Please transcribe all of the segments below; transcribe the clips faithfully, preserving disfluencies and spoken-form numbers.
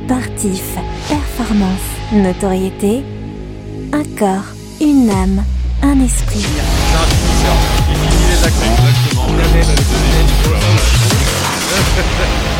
sportif, performance, notoriété, un corps, une âme, un esprit. C'est un finisseur. Il finit les actions. Exactement.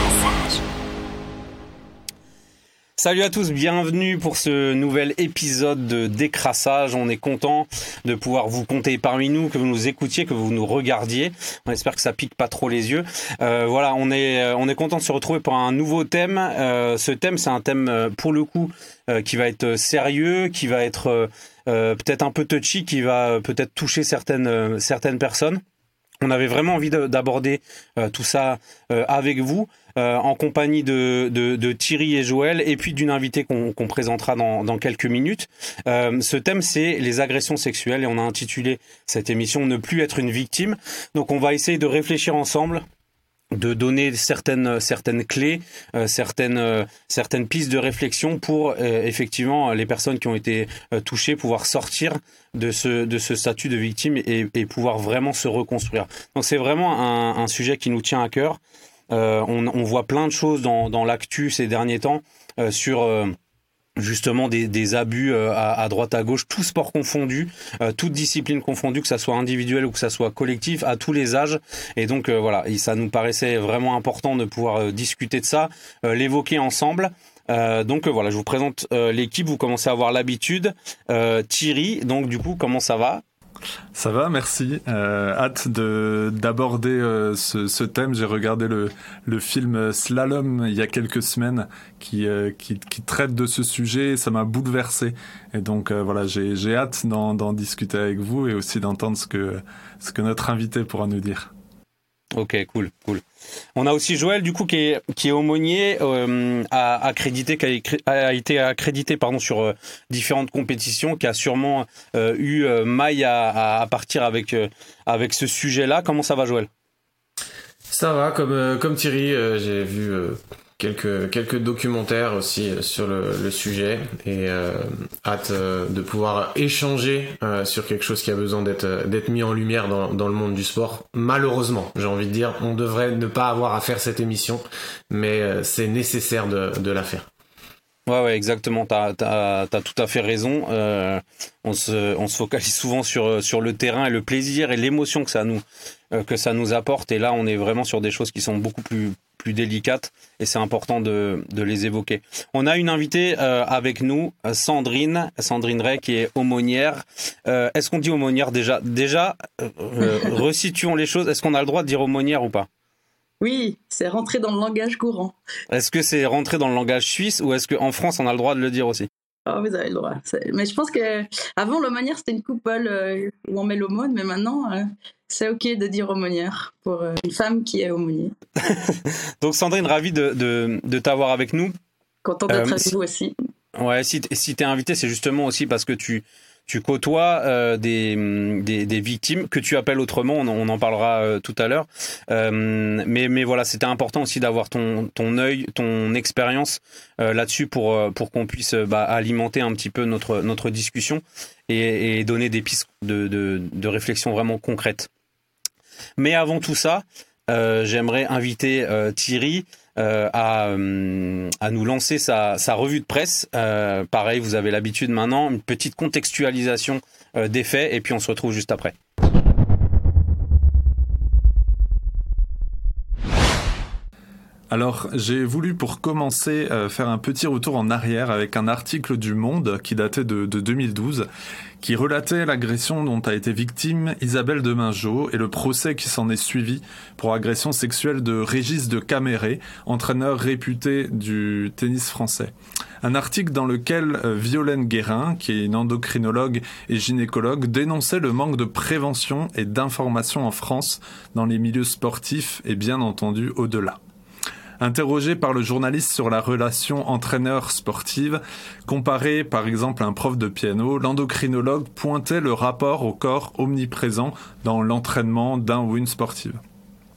Salut à tous, bienvenue pour ce nouvel épisode de Décrassage. On est content de pouvoir vous compter parmi nous, que vous nous écoutiez, que vous nous regardiez. On espère que ça pique pas trop les yeux. Euh, voilà, on est on est content de se retrouver pour un nouveau thème. Euh, ce thème, c'est un thème pour le coup euh, qui va être sérieux, qui va être euh, peut-être un peu touchy, qui va peut-être toucher certaines certaines personnes. On avait vraiment envie de, d'aborder euh, tout ça euh, avec vous, euh, en compagnie de, de, de Thierry et Joël, et puis d'une invitée qu'on, qu'on présentera dans, dans quelques minutes. Euh, ce thème, c'est les agressions sexuelles, et on a intitulé cette émission « Ne plus être une victime ». Donc on va essayer de réfléchir ensemble, de donner certaines certaines clés, euh, certaines euh, certaines pistes de réflexion pour euh, effectivement les personnes qui ont été euh, touchées pouvoir sortir de ce de ce statut de victime et, et pouvoir vraiment se reconstruire. Donc c'est vraiment un, un sujet qui nous tient à cœur. Euh, on, on voit plein de choses dans dans l'actu ces derniers temps euh, sur euh, justement des, des abus euh, à, à droite à gauche, tout sport confondu, euh, toute discipline confondue, que ça soit individuel ou que ça soit collectif, à tous les âges. Et donc euh, voilà, et ça nous paraissait vraiment important de pouvoir euh, discuter de ça, euh, l'évoquer ensemble. Euh, donc euh, voilà, je vous présente euh, l'équipe, vous commencez à avoir l'habitude. Euh, Thierry, donc du coup, comment ça va ? Ça va, merci. Euh, hâte de d'aborder euh, ce, ce thème. J'ai regardé le le film Slalom il y a quelques semaines qui euh, qui, qui traite de ce sujet. Et ça m'a bouleversé. Et donc euh, voilà, j'ai j'ai hâte d'en d'en discuter avec vous et aussi d'entendre ce que ce que notre invité pourra nous dire. Ok, cool, cool. On a aussi Joël, du coup, qui est qui est aumônier, euh, a accrédité, qui a, a été accrédité, pardon, sur euh, différentes compétitions, qui a sûrement euh, eu euh, maille à, à partir avec euh, avec ce sujet-là. Comment ça va, Joël ? Ça va, comme euh, comme Thierry, euh, j'ai vu euh, quelques quelques documentaires aussi euh, sur le, le sujet et euh, hâte euh, de pouvoir échanger euh, sur quelque chose qui a besoin d'être d'être mis en lumière dans dans le monde du sport. Malheureusement, j'ai envie de dire, on devrait ne pas avoir à faire cette émission, mais euh, c'est nécessaire de de la faire. Ouais, ouais, exactement. T'as, t'as, t'as tout à fait raison. Euh, on se, on se focalise souvent sur, sur le terrain et le plaisir et l'émotion que ça nous, euh, que ça nous apporte. Et là, on est vraiment sur des choses qui sont beaucoup plus, plus délicates et c'est important de, de les évoquer. On a une invitée euh, avec nous, Sandrine, Sandrine Ray, qui est aumônière. Euh, est-ce qu'on dit aumônière déjà, déjà, euh, euh, resituons les choses. Est-ce qu'on a le droit de dire aumônière ou pas ? Oui, c'est rentré dans le langage courant. Est-ce que c'est rentré dans le langage suisse ou est-ce qu'en France, on a le droit de le dire aussi ? Oh, vous avez le droit. C'est... Mais je pense que avant l'aumônière, c'était une coupole euh, où on met l'aumône, mais maintenant, euh, c'est OK de dire aumônière pour euh, une femme qui est aumônier. Donc Sandrine, ravie de, de, de t'avoir avec nous. Contente d'être Euh, avec si- vous aussi. Ouais, si, t- si t'es invité, c'est justement aussi parce que tu, tu côtoies euh, des, des, des victimes que tu appelles autrement, on, en- on en parlera euh, tout à l'heure. Euh, mais, mais voilà, c'était important aussi d'avoir ton, ton œil, ton expérience euh, là-dessus pour, euh, pour qu'on puisse euh, bah, alimenter un petit peu notre, notre discussion et, et donner des pistes de, de, de réflexion vraiment concrètes. Mais avant tout ça, euh, j'aimerais inviter euh, Thierry euh, à, euh, à nous lancer sa, sa revue de presse. Euh, pareil, vous avez l'habitude maintenant, une petite contextualisation euh, des faits et puis on se retrouve juste après. Alors, j'ai voulu pour commencer euh, faire un petit retour en arrière avec un article du Monde qui datait de, de deux mille douze, qui relatait l'agression dont a été victime Isabelle Demingeot et le procès qui s'en est suivi pour agression sexuelle de Régis de Caméré, entraîneur réputé du tennis français. Un article dans lequel euh, Violaine Guérin, qui est une endocrinologue et gynécologue, dénonçait le manque de prévention et d'information en France dans les milieux sportifs et bien entendu au-delà. Interrogé par le journaliste sur la relation entraîneur-sportive, comparé par exemple à un prof de piano, l'endocrinologue pointait le rapport au corps omniprésent dans l'entraînement d'un ou une sportive.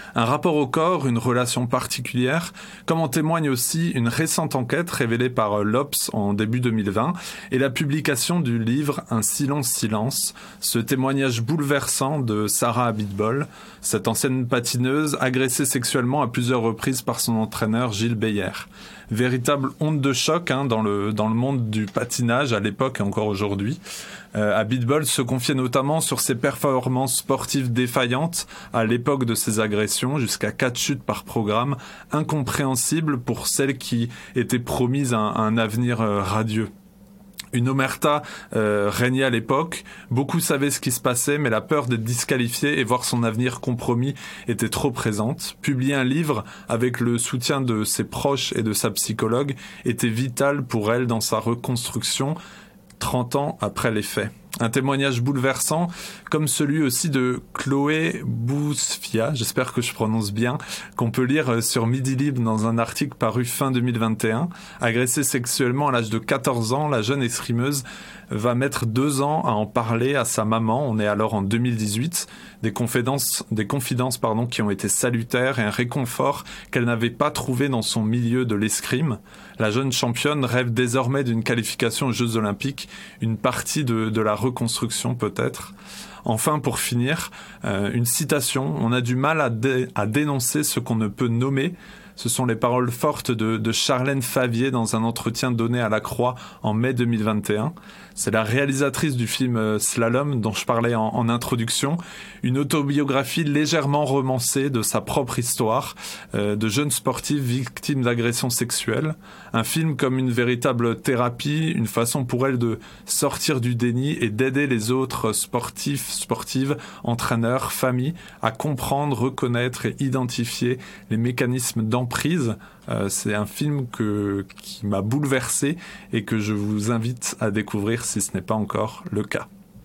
Un rapport au corps, une relation particulière, comme en témoigne aussi une récente enquête révélée par l'Obs en début deux mille vingt et la publication du livre Un si long silence, ce témoignage bouleversant de Sarah Abitbol, cette ancienne patineuse agressée sexuellement à plusieurs reprises par son entraîneur Gilles Beyer. Véritable onde de choc hein, dans le dans le monde du patinage à l'époque et encore aujourd'hui. Euh, Abitbol se confiait notamment sur ses performances sportives défaillantes à l'époque de ses agressions, jusqu'à quatre chutes par programme, incompréhensible pour celles qui étaient promises un, un avenir euh, radieux. Une omerta euh, régnait à l'époque, beaucoup savaient ce qui se passait, mais la peur d'être disqualifié et voir son avenir compromis était trop présente. Publier un livre avec le soutien de ses proches et de sa psychologue était vital pour elle dans sa reconstruction, trente ans après les faits. Un témoignage bouleversant, comme celui aussi de Chloé Bousfia, j'espère que je prononce bien, qu'on peut lire sur Midi Libre dans un article paru fin deux mille vingt et un. Agressée sexuellement à l'âge de quatorze ans, la jeune escrimeuse va mettre deux ans à en parler à sa maman. On est alors en deux mille dix-huit. Des confidences, des confidences pardon, qui ont été salutaires et un réconfort qu'elle n'avait pas trouvé dans son milieu de l'escrime. La jeune championne rêve désormais d'une qualification aux Jeux Olympiques, une partie de, de la reconstruction peut-être. Enfin, pour finir, euh, une citation. On a du mal à, dé- à dénoncer ce qu'on ne peut nommer. Ce sont les paroles fortes de, de Charlène Favier dans un entretien donné à La Croix en mai deux mille vingt et un. C'est la réalisatrice du film Slalom dont je parlais en, en introduction. Une autobiographie légèrement romancée de sa propre histoire, euh, de jeunes sportifs victimes d'agressions sexuelles. Un film comme une véritable thérapie, une façon pour elle de sortir du déni et d'aider les autres sportifs, sportives, entraîneurs, familles à comprendre, reconnaître et identifier les mécanismes d'emprise. Euh, c'est un film que, qui m'a bouleversé et que je vous invite à découvrir si ce n'est pas encore le cas.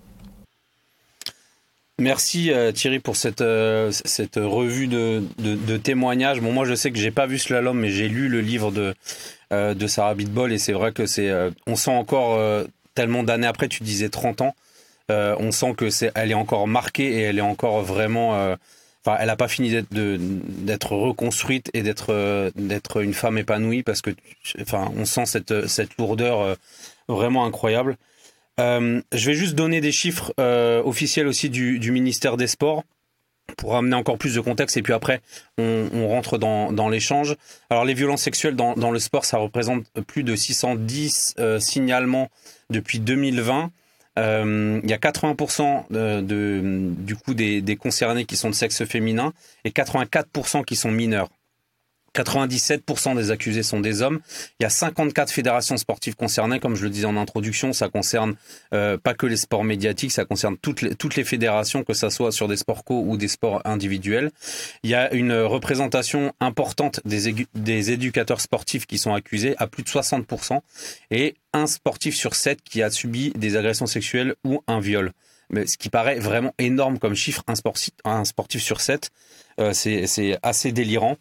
Merci euh, Thierry pour cette, euh, cette revue de, de, de témoignages. Bon, moi je sais que j'ai pas vu Slalom, mais j'ai lu le livre de, euh, de Sarah Abitbol et c'est vrai que c'est, euh, on sent encore euh, tellement d'années après, tu disais trente ans, euh, on sent que c'est, elle est encore marquée et elle est encore vraiment... Euh, Enfin, elle n'a pas fini d'être, de, d'être reconstruite et d'être, euh, d'être une femme épanouie parce que, enfin, on sent cette, cette lourdeur euh, vraiment incroyable. Euh, je vais juste donner des chiffres euh, officiels aussi du, du ministère des Sports pour amener encore plus de contexte et puis après on, on rentre dans, dans l'échange. Alors les violences sexuelles dans, dans le sport, ça représente plus de six cent dix euh, signalements depuis deux mille vingt. Euh, il y a quatre-vingts pour cent de, de, du coup des, des concernés qui sont de sexe féminin et quatre-vingt-quatre pour cent qui sont mineurs. quatre-vingt-dix-sept pour cent des accusés sont des hommes. Il y a cinquante-quatre fédérations sportives concernées, comme je le disais en introduction. Ça concerne euh, pas que les sports médiatiques, ça concerne toutes les, toutes les fédérations, que ça soit sur des sports co ou des sports individuels. Il y a une représentation importante des, aigu- des éducateurs sportifs qui sont accusés, à plus de soixante pour cent, et un sportif sur sept qui a subi des agressions sexuelles ou un viol. Mais ce qui paraît vraiment énorme comme chiffre, un sportif, un sportif sur sept, euh, c'est, c'est assez délirant.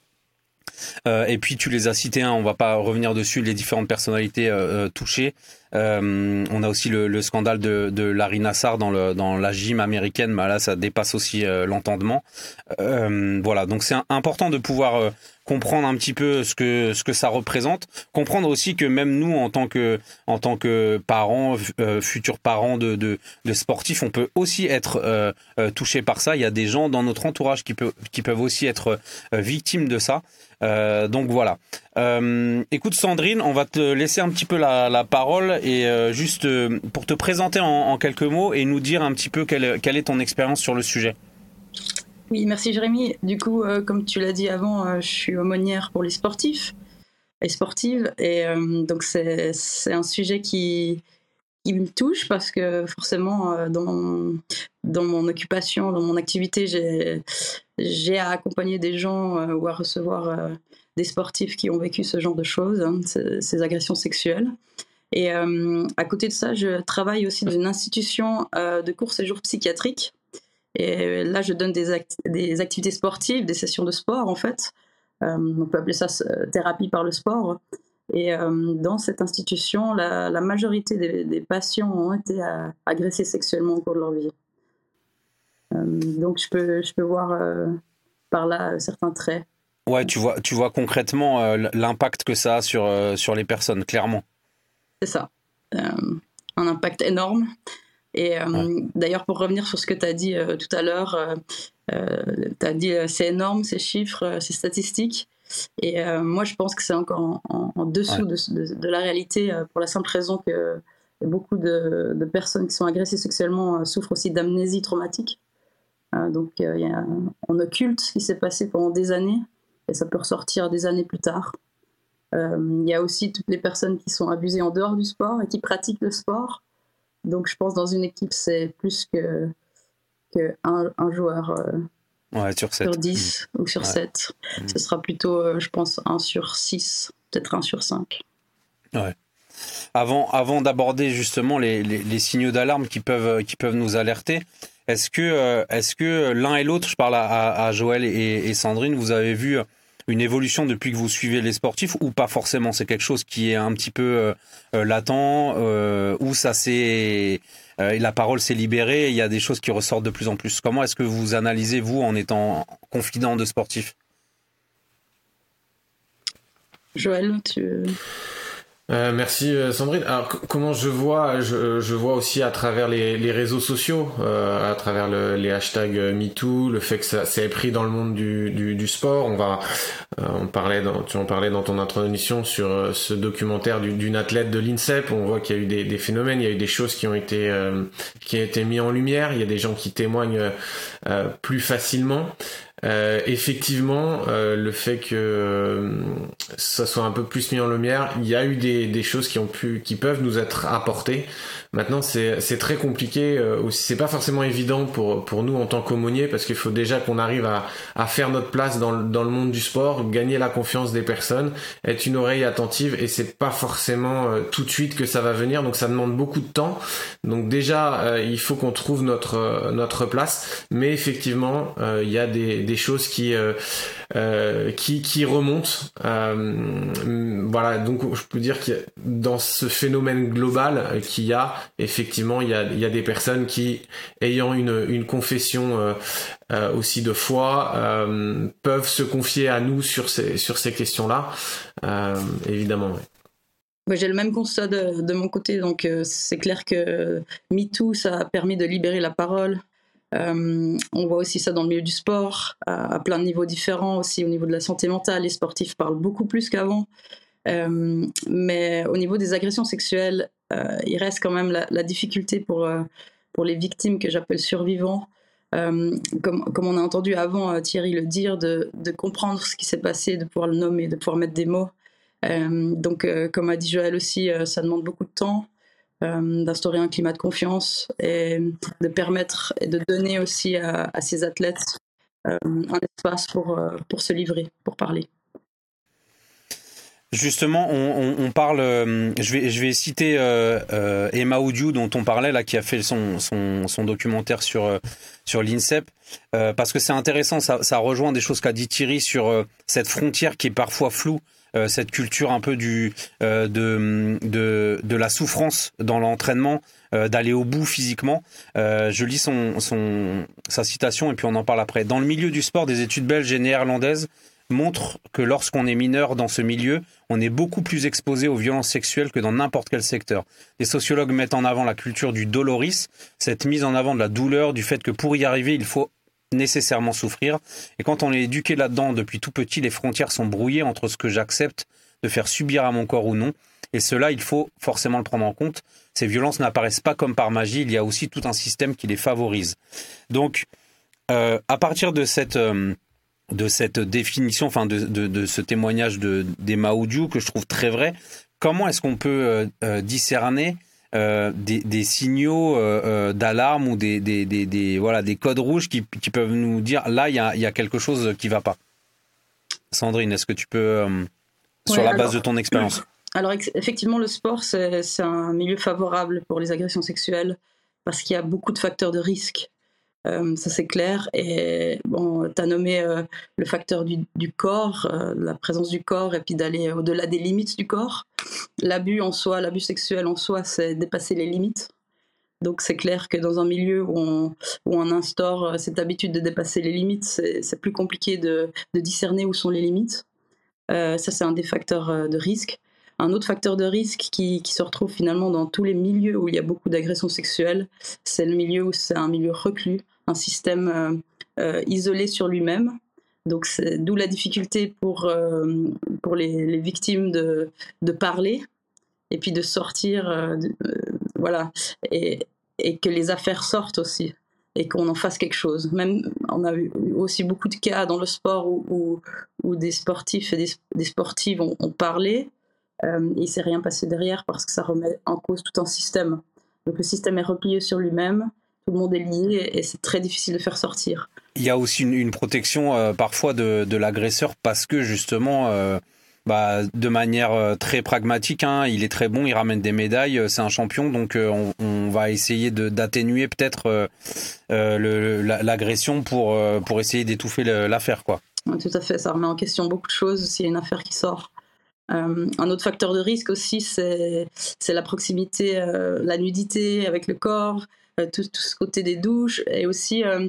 Euh, et puis tu les as cités, hein, on va pas revenir dessus, les différentes personnalités euh, touchées. Euh, on a aussi le, le scandale de, de Larry Nassar dans, le, dans la gym américaine, mais là ça dépasse aussi euh, l'entendement. Euh, voilà, donc c'est un, important de pouvoir euh, comprendre un petit peu ce que ce que ça représente, comprendre aussi que même nous en tant que en tant que parents, euh, futurs parents de, de de sportifs, on peut aussi être euh, euh, touché par ça. Il y a des gens dans notre entourage qui peuvent qui peuvent aussi être euh, victimes de ça. Euh, donc voilà. Euh, écoute Sandrine, on va te laisser un petit peu la, la parole et euh, juste euh, pour te présenter en, en quelques mots et nous dire un petit peu quelle, quelle est ton expérience sur le sujet. Oui, merci Jérémy. Du coup, euh, comme tu l'as dit avant, euh, je suis aumônière pour les sportifs et sportives et euh, donc c'est, c'est un sujet qui, qui me touche parce que forcément euh, dans, mon, dans mon occupation, dans mon activité, j'ai, j'ai à accompagner des gens euh, ou à recevoir euh, des sportifs qui ont vécu ce genre de choses, hein, ces, ces agressions sexuelles. Et euh, à côté de ça, je travaille aussi dans une institution euh, de court séjour psychiatrique. Et là, je donne des, act- des activités sportives, des sessions de sport, en fait. Euh, on peut appeler ça euh, thérapie par le sport. Et euh, dans cette institution, la, la majorité des, des patients ont été euh, agressés sexuellement au cours de leur vie. Euh, donc, je peux, je peux voir euh, par là euh, certains traits. Ouais, tu vois, tu vois concrètement euh, l'impact que ça a sur, euh, sur les personnes, clairement. C'est ça. Euh, un impact énorme. Et euh, ouais. D'ailleurs, pour revenir sur ce que tu as dit euh, tout à l'heure, euh, euh, tu as dit euh, c'est énorme ces chiffres, euh, ces statistiques. Et euh, moi, je pense que c'est encore en, en, en dessous ouais. de, de, de la réalité euh, pour la simple raison que beaucoup de, de personnes qui sont agressées sexuellement euh, souffrent aussi d'amnésie traumatique. Euh, donc, euh, y a, on occulte ce qui s'est passé pendant des années et ça peut ressortir des années plus tard. Il euh, y a aussi toutes les personnes qui sont abusées en dehors du sport et qui pratiquent le sport. Donc, je pense dans une équipe, c'est plus que, que un, un joueur euh, ouais, sur, sur dix mmh. ou sur ouais. sept. Mmh. Ce sera plutôt, euh, je pense, un sur six, peut-être un sur cinq. Ouais. Avant, avant d'aborder justement les, les, les signaux d'alarme qui peuvent, qui peuvent nous alerter, est-ce que, euh, est-ce que l'un et l'autre, je parle à, à, à Joël et, et Sandrine, vous avez vu une évolution depuis que vous suivez les sportifs ou pas forcément? C'est quelque chose qui est un petit peu euh, latent, euh, où ça s'est, euh, la parole s'est libérée et il y a des choses qui ressortent de plus en plus. Comment est-ce que vous analysez, vous, en étant confident de sportifs? Joël, tu... Euh, merci Sandrine. Alors c- comment je vois, je, je vois aussi à travers les, les réseaux sociaux, euh, à travers le, les hashtags MeToo, le fait que ça s'est pris dans le monde du, du, du sport. On va, euh, on parlait, dans, tu en parlais dans ton introduction sur euh, ce documentaire du, d'une athlète de l'INSEP. On voit qu'il y a eu des, des phénomènes, il y a eu des choses qui ont été, euh, qui ont été mis en lumière. Il y a des gens qui témoignent euh, plus facilement. Euh, effectivement, euh, le fait que euh, ça soit un peu plus mis en lumière, il y a eu des, des choses qui ont pu, qui peuvent nous être apportées. Maintenant, c'est, c'est très compliqué. Euh, aussi, c'est pas forcément évident pour pour nous en tant qu'aumôniers, parce qu'il faut déjà qu'on arrive à à faire notre place dans le, dans le monde du sport, gagner la confiance des personnes, être une oreille attentive, et c'est pas forcément euh, tout de suite que ça va venir. Donc, ça demande beaucoup de temps. Donc déjà, euh, il faut qu'on trouve notre euh, notre place. Mais effectivement, euh, il y a des des choses qui euh, euh, qui qui remontent. Euh, voilà, donc je peux dire qu'il y a, dans ce phénomène global euh, qu'il y a, effectivement, il y a il y a des personnes qui, ayant une une confession euh, euh, aussi de foi, euh, peuvent se confier à nous sur ces sur ces questions-là. Euh, évidemment. Ouais. Ouais, j'ai le même constat de, de mon côté, donc euh, c'est clair que MeToo, ça a permis de libérer la parole. Euh, on voit aussi ça dans le milieu du sport, à, à plein de niveaux différents, aussi au niveau de la santé mentale. Les sportifs parlent beaucoup plus qu'avant. Euh, mais au niveau des agressions sexuelles, euh, il reste quand même la, la difficulté pour, euh, pour les victimes que j'appelle survivants. Euh, comme, comme on a entendu avant euh, Thierry le dire, de, de comprendre ce qui s'est passé, de pouvoir le nommer, de pouvoir mettre des mots. Euh, donc, euh, comme a dit Joël aussi, euh, ça demande beaucoup de temps. Euh, d'instaurer un climat de confiance et de permettre et de donner aussi à, à ces athlètes euh, un espace pour, euh, pour se livrer, pour parler. Justement, on, on, on parle. Euh, je vais, je vais citer euh, euh, Emma Oudiou, dont on parlait là, qui a fait son, son, son documentaire sur euh, sur l'INSEP, euh, parce que c'est intéressant. Ça, ça rejoint des choses qu'a dit Thierry sur euh, cette frontière qui est parfois floue. Euh, cette culture un peu du euh, de, de de la souffrance dans l'entraînement, euh, d'aller au bout physiquement. Euh, je lis son son sa citation et puis on en parle après. Dans le milieu du sport, des études belges et néerlandaises montrent que lorsqu'on est mineur dans ce milieu, on est beaucoup plus exposé aux violences sexuelles que dans n'importe quel secteur. Les sociologues mettent en avant la culture du doloris, cette mise en avant de la douleur, du fait que pour y arriver, il faut nécessairement souffrir. Et quand on est éduqué là-dedans depuis tout petit, les frontières sont brouillées entre ce que j'accepte de faire subir à mon corps ou non. Et cela, il faut forcément le prendre en compte. Ces violences n'apparaissent pas comme par magie. Il y a aussi tout un système qui les favorise. Donc, euh, à partir de cette, euh, de cette définition, enfin de, de, de ce témoignage de, d'Emma Oudiou, que je trouve très vrai, comment est-ce qu'on peut euh, euh, discerner Euh, des, des signaux euh, d'alarme ou des, des, des, des, voilà, des codes rouges qui, qui peuvent nous dire là il y a, y a quelque chose qui ne va pas. Sandrine, est-ce que tu peux, euh, sur ouais, la alors, base de ton expérience? Alors effectivement, le sport, c'est, c'est un milieu favorable pour les agressions sexuelles parce qu'il y a beaucoup de facteurs de risque. Euh, ça c'est clair. Et bon, tu as nommé euh, le facteur du, du corps, euh, la présence du corps, et puis d'aller au-delà des limites du corps. L'abus en soi, l'abus sexuel en soi, c'est dépasser les limites. Donc c'est clair que dans un milieu où on, où on instaure cette habitude de dépasser les limites, c'est, c'est plus compliqué de, de discerner où sont les limites. Euh, ça, c'est un des facteurs de risque. Un autre facteur de risque qui, qui se retrouve finalement dans tous les milieux où il y a beaucoup d'agressions sexuelles, c'est le milieu où c'est un milieu reclus, un système euh, euh, isolé sur lui-même. Donc c'est d'où la difficulté pour, euh, pour les, les victimes de, de parler et puis de sortir, euh, de, euh, voilà, et, et que les affaires sortent aussi et qu'on en fasse quelque chose. Même, on a eu aussi beaucoup de cas dans le sport où, où, où des sportifs et des, des sportives ont, ont parlé euh, et il ne s'est rien passé derrière parce que ça remet en cause tout un système. Donc le système est replié sur lui-même, tout le monde est lié et, et c'est très difficile de faire sortir. Il y a aussi une, une protection euh, parfois de, de l'agresseur parce que justement, euh, bah, de manière euh, très pragmatique, hein, il est très bon, il ramène des médailles, euh, c'est un champion, donc euh, on, on va essayer de, d'atténuer peut-être euh, euh, le, la, l'agression pour, euh, pour essayer d'étouffer le, l'affaire, quoi. Tout à fait, ça remet en question beaucoup de choses s'il y a une affaire qui sort. Euh, un autre facteur de risque aussi, c'est, c'est la proximité, euh, la nudité avec le corps, euh, tout, tout ce côté des douches et aussi euh,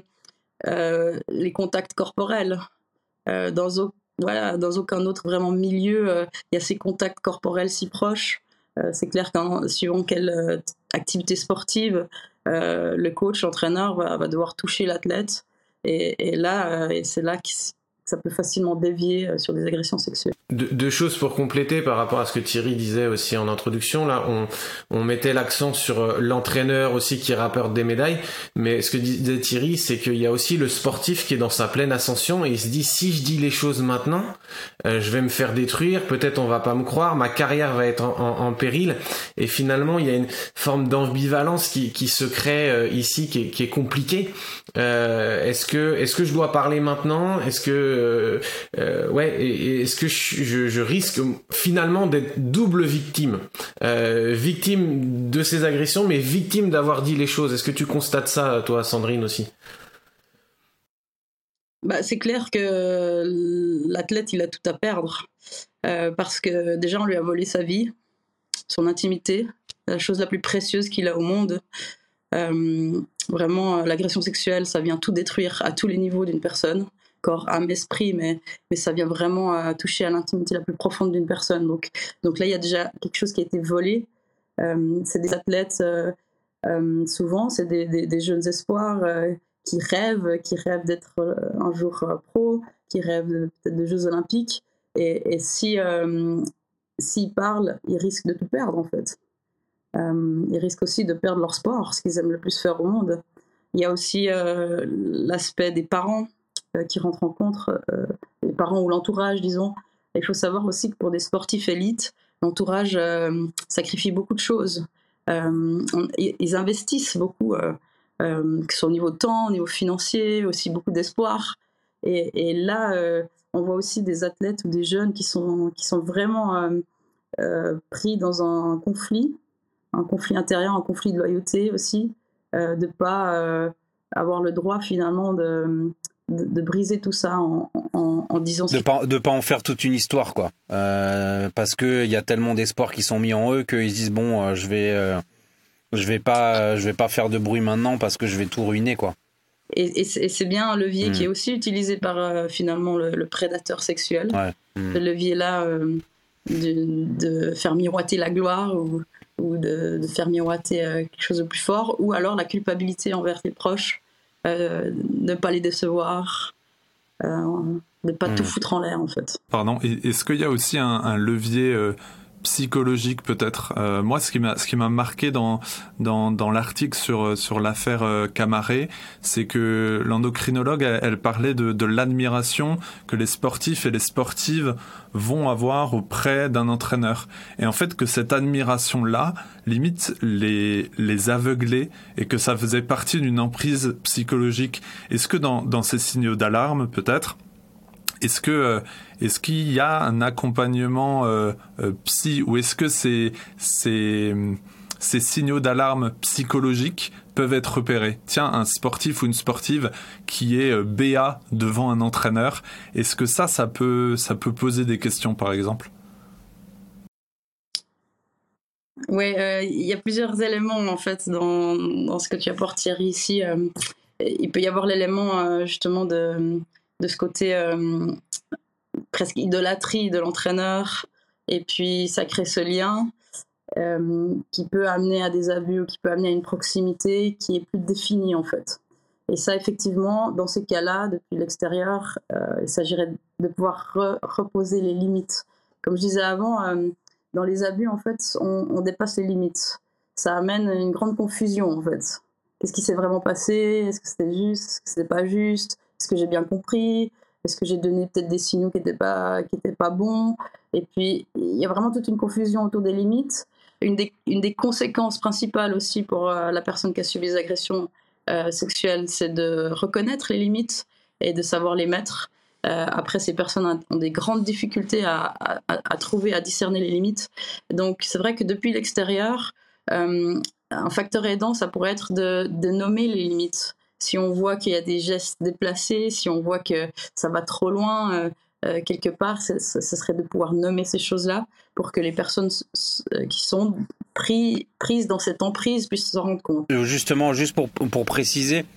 euh, les contacts corporels. Euh, dans, au, voilà, dans aucun autre vraiment milieu, euh, il y a ces contacts corporels si proches. Euh, c'est clair qu'en suivant quelle euh, activité sportive, euh, le coach, l'entraîneur va, va devoir toucher l'athlète. Et, et là, euh, et c'est là que ça peut facilement dévier euh, sur des agressions sexuelles. De, deux choses pour compléter par rapport à ce que Thierry disait aussi en introduction. Là, on, on mettait l'accent sur l'entraîneur aussi qui rapporte des médailles. Mais ce que disait Thierry, c'est qu'il y a aussi le sportif qui est dans sa pleine ascension et il se dit si je dis les choses maintenant, euh, je vais me faire détruire. Peut-être on va pas me croire. Ma carrière va être en, en, en péril. Et finalement, il y a une forme d'ambivalence qui, qui se crée euh, ici, qui est, qui est compliquée. Euh, est-ce que, est-ce que je dois parler maintenant ? Est-ce que, euh, euh, ouais, et, et est-ce que je Je, je risque finalement d'être double victime, euh, victime de ces agressions, mais victime d'avoir dit les choses. Est-ce que tu constates ça, toi, Sandrine, aussi ? Bah, c'est clair que l'athlète, il a tout à perdre, euh, parce que déjà, on lui a volé sa vie, son intimité, la chose la plus précieuse qu'il a au monde. Euh, vraiment, l'agression sexuelle, ça vient tout détruire à tous les niveaux d'une personne. Corps, âme, esprit, mais, mais ça vient vraiment euh, toucher à l'intimité la plus profonde d'une personne. Donc, donc là, il y a déjà quelque chose qui a été volé. Euh, c'est des athlètes, euh, euh, souvent, c'est des, des, des jeunes espoirs euh, qui rêvent, qui rêvent d'être euh, un jour euh, pro, qui rêvent de, peut-être de Jeux Olympiques. Et, et si, euh, s'ils parlent, ils risquent de tout perdre, en fait. Euh, ils risquent aussi de perdre leur sport, ce qu'ils aiment le plus faire au monde. Il y a aussi euh, l'aspect des parents qui rentrent en compte, euh, les parents ou l'entourage, disons. Et il faut savoir aussi que pour des sportifs élites, l'entourage euh, sacrifie beaucoup de choses. Euh, on, ils investissent beaucoup, euh, euh, que ce soit au niveau de temps, au niveau financier, aussi beaucoup d'espoir. Et, et là, euh, on voit aussi des athlètes ou des jeunes qui sont, qui sont vraiment euh, euh, pris dans un conflit, un conflit intérieur, un conflit de loyauté aussi, euh, de ne pas euh, avoir le droit finalement de... De, de briser tout ça en, en, en disant... De pas, de pas en faire toute une histoire, quoi. Euh, parce qu'il y a tellement d'espoirs qui sont mis en eux qu'ils se disent, bon, euh, je vais, euh, je vais pas, je vais pas faire de bruit maintenant parce que je vais tout ruiner, quoi. Et, et, c'est, et c'est bien un levier mmh. qui est aussi utilisé par, euh, finalement, le, le prédateur sexuel. Ouais. Mmh. Ce levier-là euh, de, de faire miroiter la gloire ou, ou de, de faire miroiter euh, quelque chose de plus fort, ou alors la culpabilité envers tes proches. Euh, de ne pas les décevoir, euh, de ne pas mmh. tout foutre en l'air en fait. Pardon, est-ce qu'il y a aussi un, un levier euh, psychologique peut-être. Euh, moi, ce qui m'a ce qui m'a marqué dans dans dans l'article sur sur l'affaire euh, Camaré, c'est que l'endocrinologue elle, elle parlait de de l'admiration que les sportifs et les sportives vont avoir auprès d'un entraîneur, et en fait que cette admiration là limite les les aveuglait et que ça faisait partie d'une emprise psychologique. Est-ce que dans dans ces signaux d'alarme peut-être, est-ce que est-ce qu'il y a un accompagnement euh, euh, psy, ou est-ce que ces ces ces signaux d'alarme psychologiques peuvent être repérés? Tiens, un sportif ou une sportive qui est B A devant un entraîneur, est-ce que ça ça peut ça peut poser des questions par exemple? Ouais, euh, il y a plusieurs éléments en fait dans, dans ce que tu apportes Thierry ici. Euh, il peut y avoir l'élément euh, justement de, de ce côté euh, presque idolâtrie de l'entraîneur, et puis ça crée ce lien euh, qui peut amener à des abus ou qui peut amener à une proximité qui est plus définie en fait. Et ça effectivement, dans ces cas-là, depuis l'extérieur, euh, il s'agirait de pouvoir re- reposer les limites. Comme je disais avant, euh, dans les abus, en fait, on, on dépasse les limites. Ça amène une grande confusion, en fait. Qu'est-ce qui s'est vraiment passé? Est-ce que c'était juste? Est-ce que c'était pas juste? Est-ce que j'ai bien compris? Est-ce que j'ai donné peut-être des signaux qui n'étaient pas, qui étaient pas bons? Et puis, il y a vraiment toute une confusion autour des limites. Une des, une des conséquences principales aussi pour euh, la personne qui a subi les agressions euh, sexuelles, c'est de reconnaître les limites et de savoir les mettre. Euh, après, ces personnes ont des grandes difficultés à, à, à trouver, à discerner les limites. Donc, c'est vrai que depuis l'extérieur, euh, un facteur aidant, ça pourrait être de, de nommer les limites. Si on voit qu'il y a des gestes déplacés, si on voit que ça va trop loin, euh, euh, quelque part, ce serait de pouvoir nommer ces choses-là pour que les personnes qui sont pris, prises dans cette emprise puissent s'en rendre compte. Justement, juste pour, pour préciser,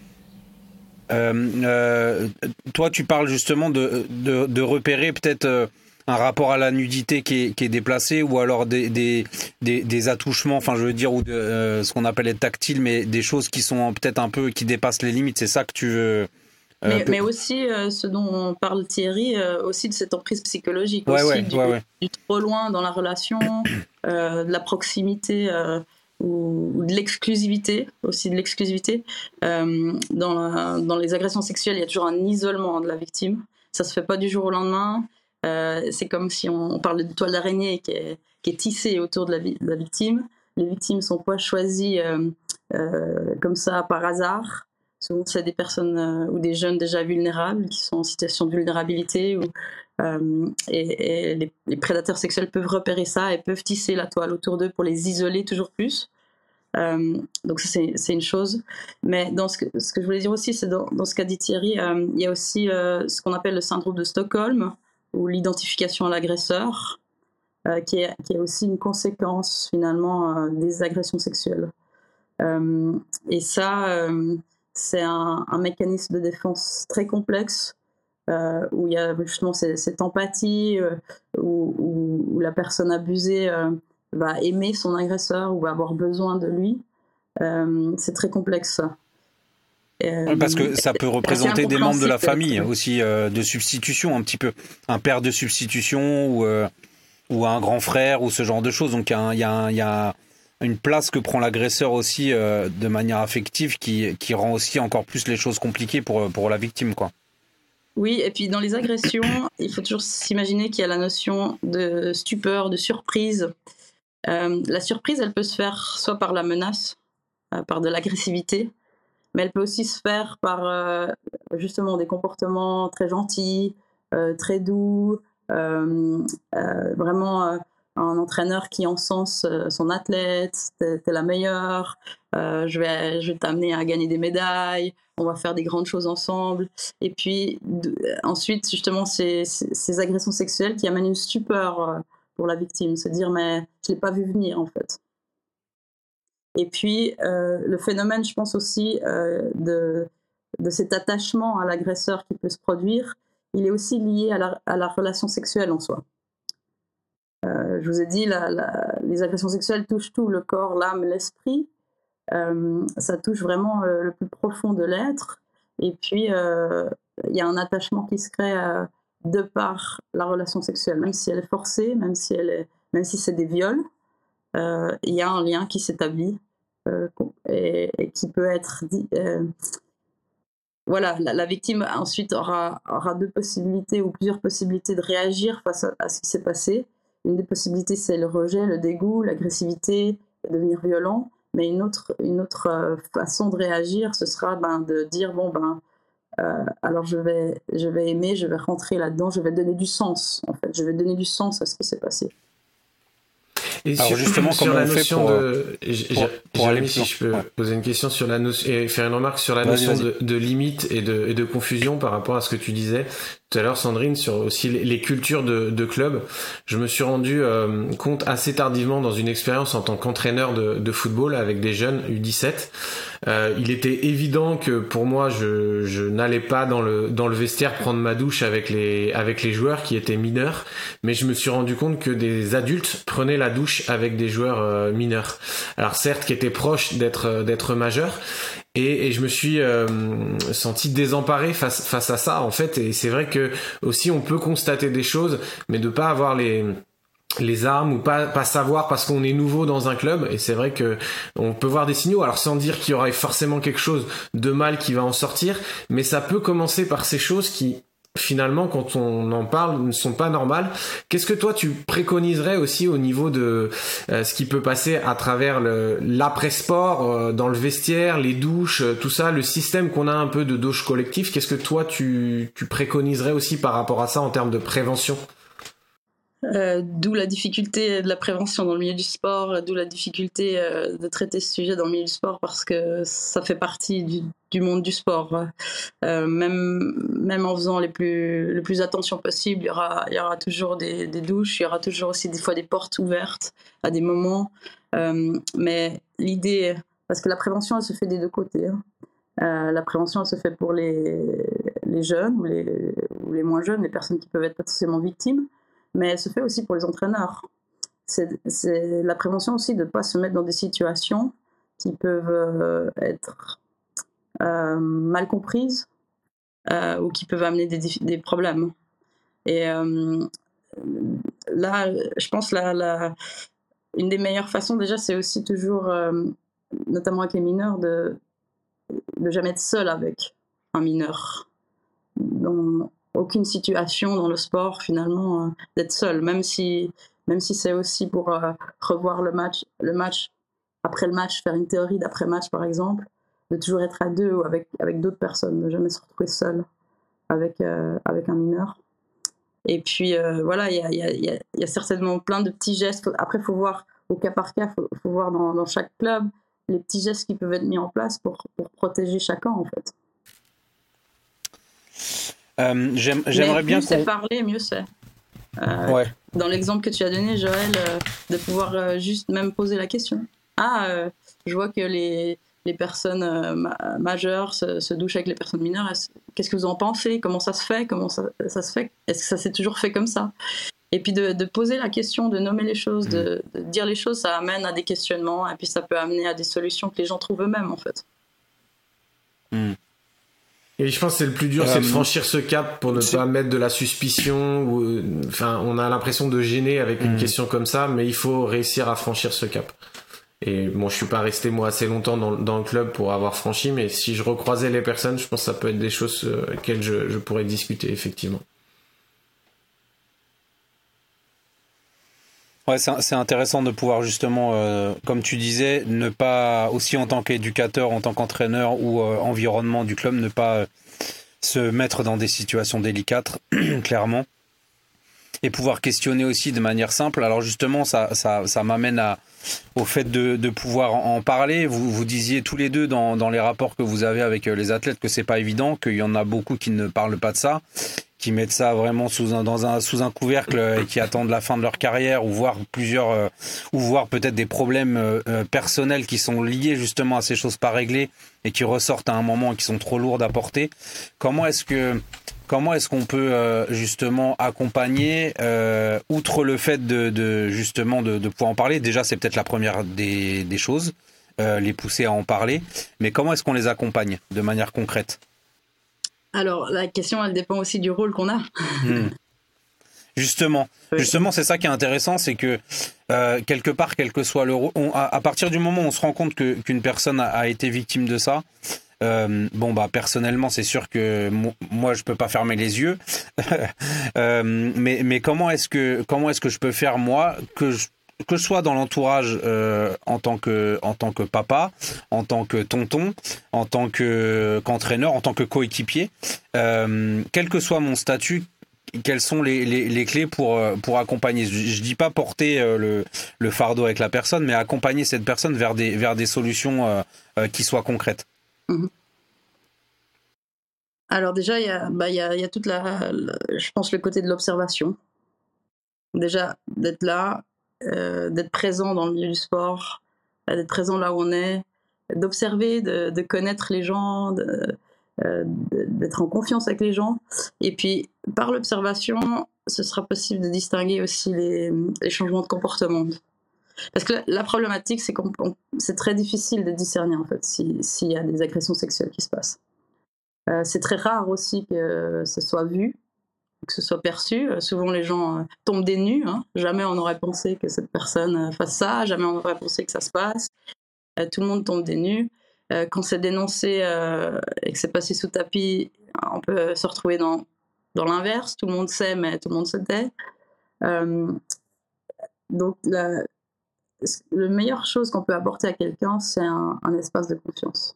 Euh, euh, toi, tu parles justement de, de, de repérer peut-être euh, un rapport à la nudité qui est, qui est déplacé, ou alors des, des, des, des attouchements, enfin je veux dire, ou de, euh, ce qu'on appelle être tactile, mais des choses qui sont peut-être un peu, qui dépassent les limites. C'est ça que tu veux. Euh, mais, mais aussi euh, ce dont on parle Thierry, euh, aussi de cette emprise psychologique, ouais, aussi ouais, du, ouais, ouais. du trop loin dans la relation, euh, de la proximité. Euh, ou de l'exclusivité, aussi de l'exclusivité. Euh, dans, la, dans les agressions sexuelles, il y a toujours un isolement de la victime. Ça se fait pas du jour au lendemain. Euh, c'est comme si on, on parle de toile d'araignée qui est, qui est tissée autour de la, de la victime. Les victimes sont pas choisies euh, euh, comme ça par hasard. Souvent, c'est des personnes euh, ou des jeunes déjà vulnérables qui sont en situation de vulnérabilité. Ou, euh, et, et les, les prédateurs sexuels peuvent repérer ça et peuvent tisser la toile autour d'eux pour les isoler toujours plus. Euh, donc ça, c'est, c'est une chose. Mais dans ce que, ce que je voulais dire aussi, c'est dans, dans ce qu'a dit Thierry, euh, il y a aussi euh, ce qu'on appelle le syndrome de Stockholm, ou l'identification à l'agresseur, euh, qui, est, qui est aussi une conséquence finalement euh, des agressions sexuelles. Euh, et ça... Euh, c'est un, un mécanisme de défense très complexe euh, où il y a justement cette, cette empathie, euh, où, où, où la personne abusée euh, va aimer son agresseur ou va avoir besoin de lui. Euh, c'est très complexe ça. Euh, Parce que ça peut représenter des membres de la famille aussi, euh, de substitution un petit peu. Un père de substitution ou, euh, ou un grand frère ou ce genre de choses. Donc il y a, y a, y a une place que prend l'agresseur aussi euh, de manière affective qui, qui rend aussi encore plus les choses compliquées pour, pour la victime, quoi. Oui, et puis dans les agressions, il faut toujours s'imaginer qu'il y a la notion de stupeur, de surprise. Euh, la surprise, elle peut se faire soit par la menace, euh, par de l'agressivité, mais elle peut aussi se faire par euh, justement des comportements très gentils, euh, très doux, euh, euh, vraiment... Euh, un entraîneur qui encense son athlète, t'es, t'es la meilleure, euh, je vais, je vais t'amener à gagner des médailles, on va faire des grandes choses ensemble. Et puis de, ensuite, justement, ces, ces, ces agressions sexuelles qui amènent une stupeur pour la victime, se dire mais je l'ai pas vu venir en fait. Et puis euh, le phénomène, je pense aussi euh, de, de cet attachement à l'agresseur qui peut se produire, il est aussi lié à la, à la relation sexuelle en soi. Euh, je vous ai dit, la, la, les agressions sexuelles touchent tout, le corps, l'âme, l'esprit. Euh, ça touche vraiment euh, le plus profond de l'être. Et puis, il euh, y a un attachement qui se crée euh, de par la relation sexuelle, même si elle est forcée, même si, elle est, même si c'est des viols. Il euh, y a un lien qui s'établit euh, et, et qui peut être dit... Euh, voilà, la, la victime ensuite aura, aura deux possibilités ou plusieurs possibilités de réagir face à, à ce qui s'est passé. Une des possibilités, c'est le rejet, le dégoût, l'agressivité, devenir violent. Mais une autre, une autre euh, façon de réagir, ce sera ben, de dire, bon, ben, euh, alors je vais, je vais aimer, je vais rentrer là-dedans, je vais donner du sens, en fait. Je vais donner du sens à ce qui s'est passé. Et alors sur, justement, sur comment la on fait notion pour, de... pour, pour Jérémy, aller plus si loin. je peux Ouais. poser une question sur la notion et faire une remarque sur la Vas-y, notion vas-y. de, de limite et de, et de confusion par rapport à ce que tu disais. tout à l'heure, Sandrine, sur aussi les, les cultures de, de club. Je me suis rendu euh, compte assez tardivement dans une expérience en tant qu'entraîneur de, de football avec des jeunes U dix-sept. Euh, il était évident que pour moi, je, je n'allais pas dans le dans le vestiaire prendre ma douche avec les avec les joueurs qui étaient mineurs, mais je me suis rendu compte que des adultes prenaient la douche avec des joueurs euh, mineurs. Alors certes, qui étaient proches d'être d'être majeurs. Et, et je me suis euh, senti désemparé face face à ça en fait. Et c'est vrai que aussi on peut constater des choses, mais de pas avoir les les armes ou pas pas savoir parce qu'on est nouveau dans un club. Et c'est vrai que on peut voir des signaux, alors sans dire qu'il y aurait forcément quelque chose de mal qui va en sortir, mais ça peut commencer par ces choses qui finalement quand on en parle ne sont pas normales. Qu'est-ce que toi tu préconiserais aussi au niveau de euh, ce qui peut passer à travers le, l'après-sport, euh, dans le vestiaire, les douches, euh, tout ça, le système qu'on a un peu de douche collective, qu'est-ce que toi tu, tu préconiserais aussi par rapport à ça en termes de prévention? Euh, d'où la difficulté de la prévention dans le milieu du sport, d'où la difficulté euh, de traiter ce sujet dans le milieu du sport parce que ça fait partie du, du monde du sport. Euh, même, même en faisant les plus, le plus attention possible, il y aura, il y aura toujours des, des douches, il y aura toujours aussi des fois des portes ouvertes à des moments. Euh, mais l'idée, parce que la prévention elle se fait des deux côtés. Hein. Euh, la prévention elle se fait pour les, les jeunes ou les, ou les moins jeunes, les personnes qui peuvent être potentiellement victimes. Mais elle se fait aussi pour les entraîneurs. C'est, c'est la prévention aussi de ne pas se mettre dans des situations qui peuvent euh, être euh, mal comprises euh, ou qui peuvent amener des, des problèmes. Et euh, là, je pense la, la, une des meilleures façons déjà, c'est aussi toujours, euh, notamment avec les mineurs, de ne jamais être seul avec un mineur. Dans, aucune situation dans le sport finalement euh, d'être seul, même si même si c'est aussi pour euh, revoir le match le match après le match, faire une théorie d'après match par exemple, de toujours être à deux ou avec avec d'autres personnes, de jamais se retrouver seul avec euh, avec un mineur. Et puis euh, voilà, il y a il y a il y a, y a certainement plein de petits gestes. Après, faut voir au cas par cas, faut, faut voir dans dans chaque club les petits gestes qui peuvent être mis en place pour pour protéger chacun en fait. Euh, j'aime, j'aimerais Mais bien plus qu'on... c'est parler, mieux c'est. Euh, ouais. Dans l'exemple que tu as donné, Joël, euh, de pouvoir euh, juste même poser la question. Ah, euh, je vois que les, les personnes euh, ma- majeures se, se douchent avec les personnes mineures. Qu'est-ce que vous en pensez? Comment ça se fait? Comment ça, ça se fait? Est-ce que ça s'est toujours fait comme ça? Et puis de, de poser la question, de nommer les choses, mmh. de, de dire les choses, ça amène à des questionnements et puis ça peut amener à des solutions que les gens trouvent eux-mêmes en fait. Mmh. Et je pense que c'est le plus dur, euh, c'est de franchir ce cap pour ne c'est... pas mettre de la suspicion. Ou, enfin, on a l'impression de gêner avec une mmh. question comme ça, mais il faut réussir à franchir ce cap. Et bon, je suis pas resté moi assez longtemps dans, dans le club pour avoir franchi, mais si je recroisais les personnes, je pense que ça peut être des choses euh, auxquelles je, je pourrais discuter effectivement. Ouais, c'est, c'est intéressant de pouvoir justement, euh, comme tu disais, ne pas, aussi en tant qu'éducateur, en tant qu'entraîneur ou euh, environnement du club, ne pas euh, se mettre dans des situations délicates, clairement, et pouvoir questionner aussi de manière simple. Alors justement, ça, ça, ça m'amène à, au fait de, de pouvoir en parler. Vous, vous disiez tous les deux dans, dans les rapports que vous avez avec les athlètes que c'est pas évident, qu'il y en a beaucoup qui ne parlent pas de ça, qui mettent ça vraiment sous un, dans un, sous un couvercle et qui attendent la fin de leur carrière ou voir plusieurs, euh, ou voir peut-être des problèmes euh, personnels qui sont liés justement à ces choses pas réglées et qui ressortent à un moment et qui sont trop lourdes à porter. Comment est-ce que, comment est-ce qu'on peut euh, justement accompagner, euh, outre le fait de, de justement de, de pouvoir en parler, déjà c'est peut-être la première des, des choses, euh, les pousser à en parler, mais comment est-ce qu'on les accompagne de manière concrète? Alors, la question, elle dépend aussi du rôle qu'on a. Mmh. Justement, oui. justement, c'est ça qui est intéressant, c'est que euh, quelque part, quel que soit le rôle, on, à, à partir du moment où on se rend compte que, qu'une personne a, a été victime de ça, euh, bon bah personnellement, c'est sûr que mo- moi je peux pas fermer les yeux, euh, mais mais comment est-ce que comment est-ce que je peux faire moi que je que je sois dans l'entourage euh, en tant que en tant que papa, en tant que tonton, en tant que qu'entraîneur, en tant que coéquipier, euh, quel que soit mon statut, quelles sont les, les, les clés pour pour accompagner. Je, je dis pas porter euh, le le fardeau avec la personne, mais accompagner cette personne vers des vers des solutions euh, euh, qui soient concrètes. Mmh. Alors déjà, il y a, bah, il y a, il y a toute la, la- je pense, le côté de l'observation. Déjà, d'être là, euh, d'être présent dans le milieu du sport, euh, d'être présent là où on est, d'observer, de, de connaître les gens, de, euh, de- d'être en confiance avec les gens. Et puis, par l'observation, ce sera possible de distinguer aussi les, les changements de comportement. Parce que la, la problématique, c'est qu'on on- c'est très difficile de discerner, en fait, si- s'il y a des agressions sexuelles qui se passent. Euh, c'est très rare aussi que ce soit vu, que ce soit perçu. Euh, souvent, les gens euh, tombent des nues. Hein. Jamais on aurait pensé que cette personne euh, fasse ça. Jamais on aurait pensé que ça se passe. Euh, tout le monde tombe des nues. Euh, quand c'est dénoncé euh, et que c'est passé sous tapis, on peut se retrouver dans, dans l'inverse. Tout le monde sait, mais tout le monde se tait. Euh, donc, la, la meilleure chose qu'on peut apporter à quelqu'un, c'est un, un espace de confiance.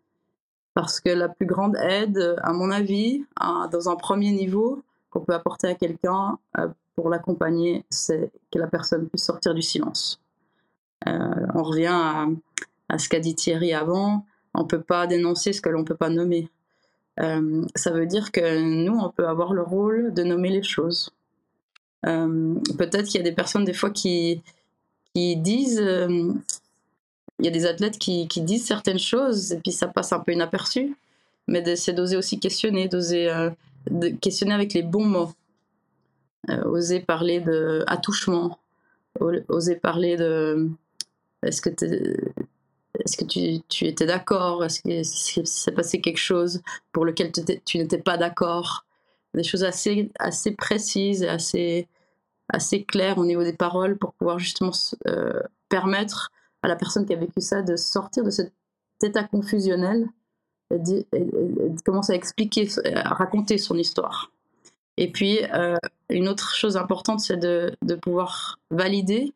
Parce que la plus grande aide, à mon avis, à, dans un premier niveau, qu'on peut apporter à quelqu'un euh, pour l'accompagner, c'est que la personne puisse sortir du silence. Euh, on revient à, à ce qu'a dit Thierry avant, on ne peut pas dénoncer ce que l'on ne peut pas nommer. Euh, ça veut dire que nous, on peut avoir le rôle de nommer les choses. Euh, peut-être qu'il y a des personnes des fois qui, qui disent... Euh, il y a des athlètes qui, qui disent certaines choses et puis ça passe un peu inaperçu. Mais de, c'est d'oser aussi questionner, d'oser euh, de questionner avec les bons mots. Euh, oser parler de attouchement, oser parler de est-ce que, est-ce que tu, tu étais d'accord, est-ce que s'est passé quelque chose pour lequel tu n'étais pas d'accord. Des choses assez, assez précises et assez, assez claires au niveau des paroles pour pouvoir justement euh, permettre à la personne qui a vécu ça de sortir de cet état confusionnel et de, et, et de commencer à expliquer, à raconter son histoire. Et puis, euh, une autre chose importante, c'est de, de pouvoir valider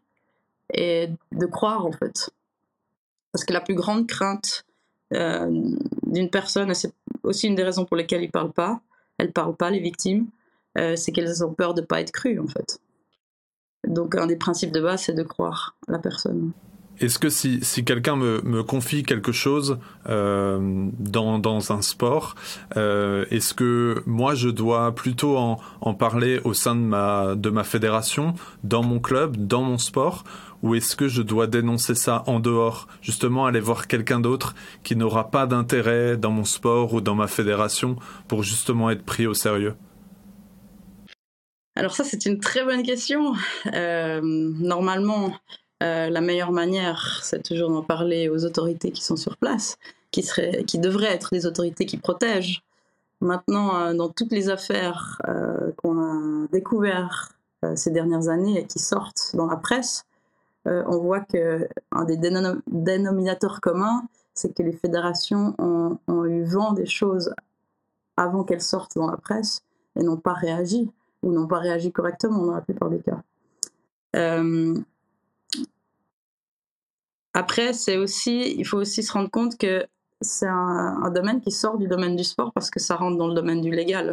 et de croire, en fait. Parce que la plus grande crainte euh, d'une personne, et c'est aussi une des raisons pour lesquelles ils ne parlent pas, elles ne parlent pas, les victimes, euh, c'est qu'elles ont peur de ne pas être crues, en fait. Donc, un des principes de base, c'est de croire la personne. Est-ce que si, si quelqu'un me, me confie quelque chose euh, dans, dans un sport, euh, est-ce que moi je dois plutôt en, en parler au sein de ma, de ma fédération, dans mon club, dans mon sport, ou est-ce que je dois dénoncer ça en dehors, justement aller voir quelqu'un d'autre qui n'aura pas d'intérêt dans mon sport ou dans ma fédération pour justement être pris au sérieux ? Alors ça, c'est une très bonne question. Euh, normalement... Euh, la meilleure manière, c'est toujours d'en parler aux autorités qui sont sur place, qui, seraient, qui devraient être des autorités qui protègent. Maintenant, euh, dans toutes les affaires euh, qu'on a découvertes euh, ces dernières années et qui sortent dans la presse, euh, on voit qu'un des dénom- dénominateurs communs, c'est que les fédérations ont, ont eu vent des choses avant qu'elles sortent dans la presse et n'ont pas réagi, ou n'ont pas réagi correctement dans la plupart des cas. Euh, Après, c'est aussi, il faut aussi se rendre compte que c'est un, un domaine qui sort du domaine du sport parce que ça rentre dans le domaine du légal.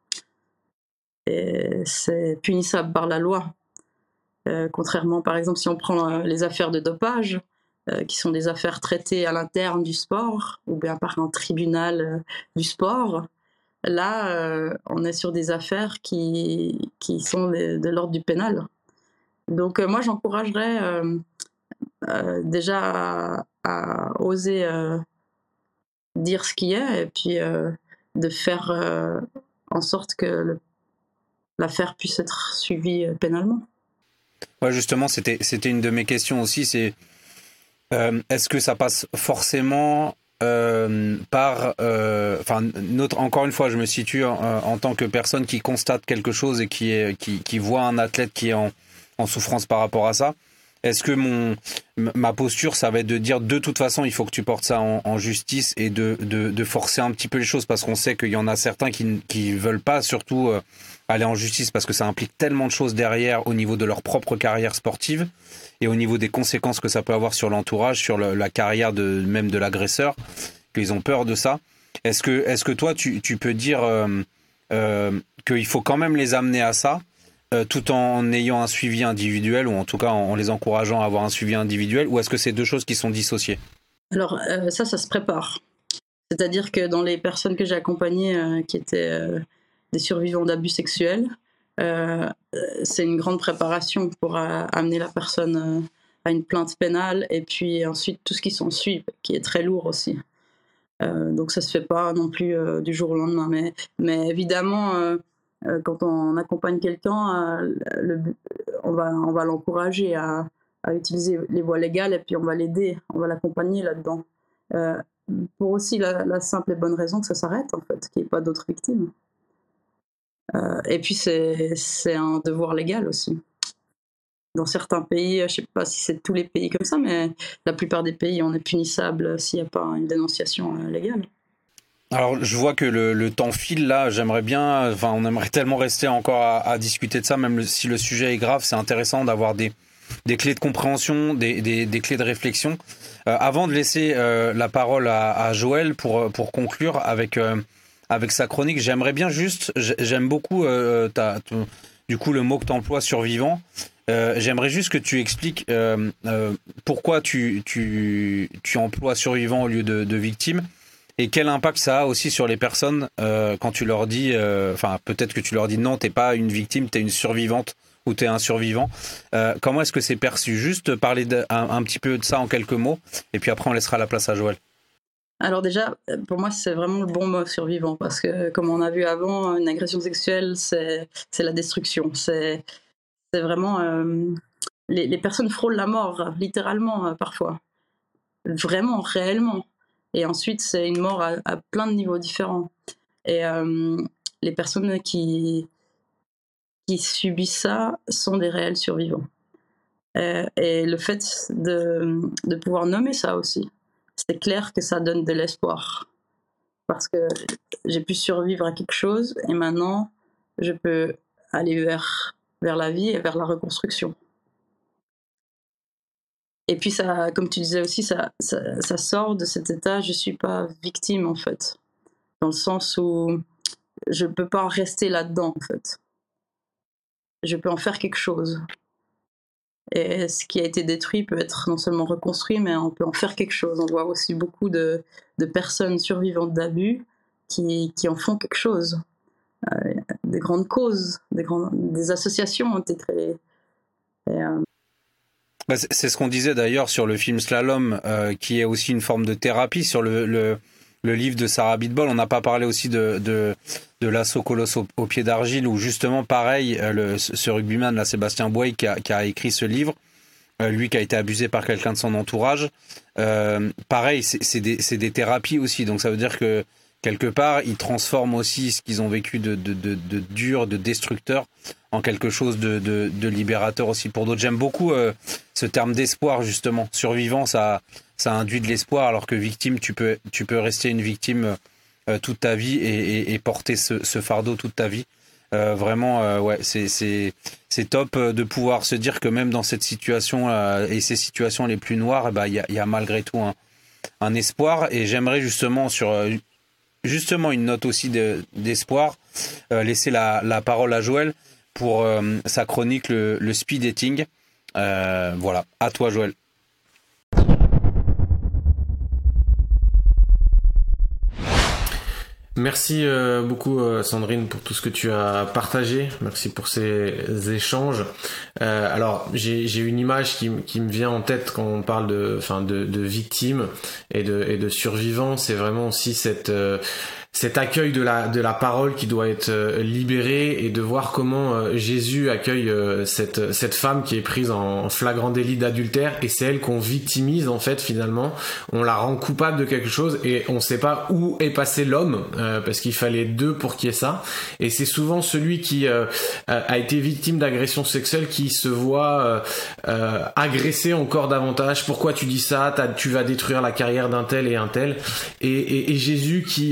Et c'est punissable par la loi. Euh, contrairement, par exemple, si on prend euh, les affaires de dopage, euh, qui sont des affaires traitées à l'interne du sport, ou bien par un tribunal euh, du sport, là, euh, on est sur des affaires qui, qui sont de, de l'ordre du pénal. Donc, euh, moi, j'encouragerais... Euh, Euh, déjà à, à oser euh, dire ce qu'il y a et puis euh, de faire euh, en sorte que le, l'affaire puisse être suivie euh, pénalement. Ouais, justement, c'était, c'était une de mes questions aussi, c'est euh, est-ce que ça passe forcément euh, par... Enfin, euh, encore une fois, je me situe en, en tant que personne qui constate quelque chose et qui, est, qui, qui voit un athlète qui est en, en souffrance par rapport à ça. Est-ce que mon, ma posture, ça va être de dire de toute façon, il faut que tu portes ça en, en justice et de, de, de forcer un petit peu les choses parce qu'on sait qu'il y en a certains qui qui veulent pas surtout euh, aller en justice parce que ça implique tellement de choses derrière au niveau de leur propre carrière sportive et au niveau des conséquences que ça peut avoir sur l'entourage, sur le, la carrière de même de l'agresseur, qu'ils ont peur de ça. Est-ce que, est-ce que toi, tu, tu peux dire euh, euh, qu'il faut quand même les amener à ça? Euh, tout en ayant un suivi individuel ou en tout cas en, en les encourageant à avoir un suivi individuel, ou est-ce que c'est deux choses qui sont dissociées? Alors euh, ça, ça se prépare. C'est-à-dire que dans les personnes que j'ai accompagnées euh, qui étaient euh, des survivants d'abus sexuels, euh, c'est une grande préparation pour euh, amener la personne euh, à une plainte pénale et puis ensuite tout ce qui s'ensuit, qui est très lourd aussi. Euh, donc ça se fait pas non plus euh, du jour au lendemain. Mais, mais évidemment, euh, euh, quand on accompagne quelqu'un, euh, le, on va, on va l'encourager à, à utiliser les voies légales et puis on va l'aider, on va l'accompagner là-dedans. Euh, pour aussi la, la simple et bonne raison que ça s'arrête, en fait, qu'il n'y ait pas d'autres victimes. Euh, et puis c'est, c'est un devoir légal aussi. Dans certains pays, je ne sais pas si c'est tous les pays comme ça, mais la plupart des pays, on est punissable s'il n'y a pas une dénonciation légale. Alors, je vois que le, le temps file là. J'aimerais bien, enfin, on aimerait tellement rester encore à, à discuter de ça, même le, si le sujet est grave. C'est intéressant d'avoir des, des clés de compréhension, des, des, des clés de réflexion. Euh, avant de laisser euh, la parole à, à Joël pour, pour conclure avec, euh, avec sa chronique, j'aimerais bien juste, j'aime beaucoup euh, ta, ton, du coup le mot que tu emploies, survivant. Euh, j'aimerais juste que tu expliques euh, euh, pourquoi tu, tu, tu emploies survivant au lieu de, de victime et quel impact ça a aussi sur les personnes euh, quand tu leur dis, enfin euh, peut-être que tu leur dis non, t'es pas une victime, t'es une survivante ou t'es un survivant. Euh, comment est-ce que c'est perçu? Juste parler de, un, un petit peu de ça en quelques mots et puis après on laissera la place à Joël. Alors déjà, pour moi, c'est vraiment le bon mot, survivant, parce que comme on a vu avant, une agression sexuelle, c'est, c'est la destruction. C'est, c'est vraiment... Euh, les, les personnes frôlent la mort, littéralement, euh, parfois. Vraiment, réellement. Et ensuite, c'est une mort à, à plein de niveaux différents. Et euh, les personnes qui, qui subissent ça sont des réels survivants. Et, et le fait de, de pouvoir nommer ça aussi, c'est clair que ça donne de l'espoir. Parce que j'ai pu survivre à quelque chose et maintenant, je peux aller vers, vers la vie et vers la reconstruction. Et puis, ça, comme tu disais aussi, ça, ça, ça sort de cet état, je ne suis pas victime, en fait. Dans le sens où je ne peux pas rester là-dedans, en fait. Je peux en faire quelque chose. Et ce qui a été détruit peut être non seulement reconstruit, mais on peut en faire quelque chose. On voit aussi beaucoup de, de personnes survivantes d'abus qui, qui en font quelque chose. Euh, des grandes causes, des, grandes, des associations ont été créées. Et, euh... bah, c'est, c'est ce qu'on disait d'ailleurs sur le film Slalom, euh, qui est aussi une forme de thérapie. Sur le, le, le livre de Sarah Abitbol, on n'a pas parlé aussi de, de, de l'assaut colosse au, au pied d'argile, où justement, pareil, le, ce rugbyman, là, Sébastien Boye, qui a, qui a écrit ce livre, euh, lui qui a été abusé par quelqu'un de son entourage, euh, pareil, c'est, c'est, des, c'est des thérapies aussi. Donc ça veut dire que quelque part, ils transforment aussi ce qu'ils ont vécu de, de, de, de dur, de destructeur, en quelque chose de, de, de libérateur aussi pour d'autres. J'aime beaucoup euh, ce terme d'espoir, justement. Survivant, ça, ça induit de l'espoir, alors que victime, tu peux, tu peux rester une victime euh, toute ta vie et, et, et porter ce, ce fardeau toute ta vie. Euh, vraiment, euh, ouais, c'est, c'est, c'est top de pouvoir se dire que même dans cette situation euh, et ces situations les plus noires, il bah, y, a, y a malgré tout un, un espoir. Et j'aimerais justement sur... Euh, Justement, une note aussi de, d'espoir, euh, laisser la, la parole à Joël pour euh, sa chronique, le, le speed dating. Euh, voilà, à toi Joël. Merci euh, beaucoup euh, Sandrine pour tout ce que tu as partagé. Merci pour ces échanges. Euh, alors j'ai j'ai une image qui qui me vient en tête quand on parle de enfin de de victimes et de et de survivants. C'est vraiment aussi cette euh, cet accueil de la de la parole qui doit être euh, libéré, et de voir comment euh, Jésus accueille euh, cette cette femme qui est prise en flagrant délit d'adultère, et c'est elle qu'on victimise en fait. Finalement, on la rend coupable de quelque chose et on sait pas où est passé l'homme, euh, parce qu'il fallait deux pour qu'il y ait ça. Et c'est souvent celui qui euh, a été victime d'agression sexuelle qui se voit euh, euh, agressé encore davantage. Pourquoi tu dis ça? T'as, tu vas détruire la carrière d'un tel et un tel. Et, et, et Jésus qui euh, fonctionne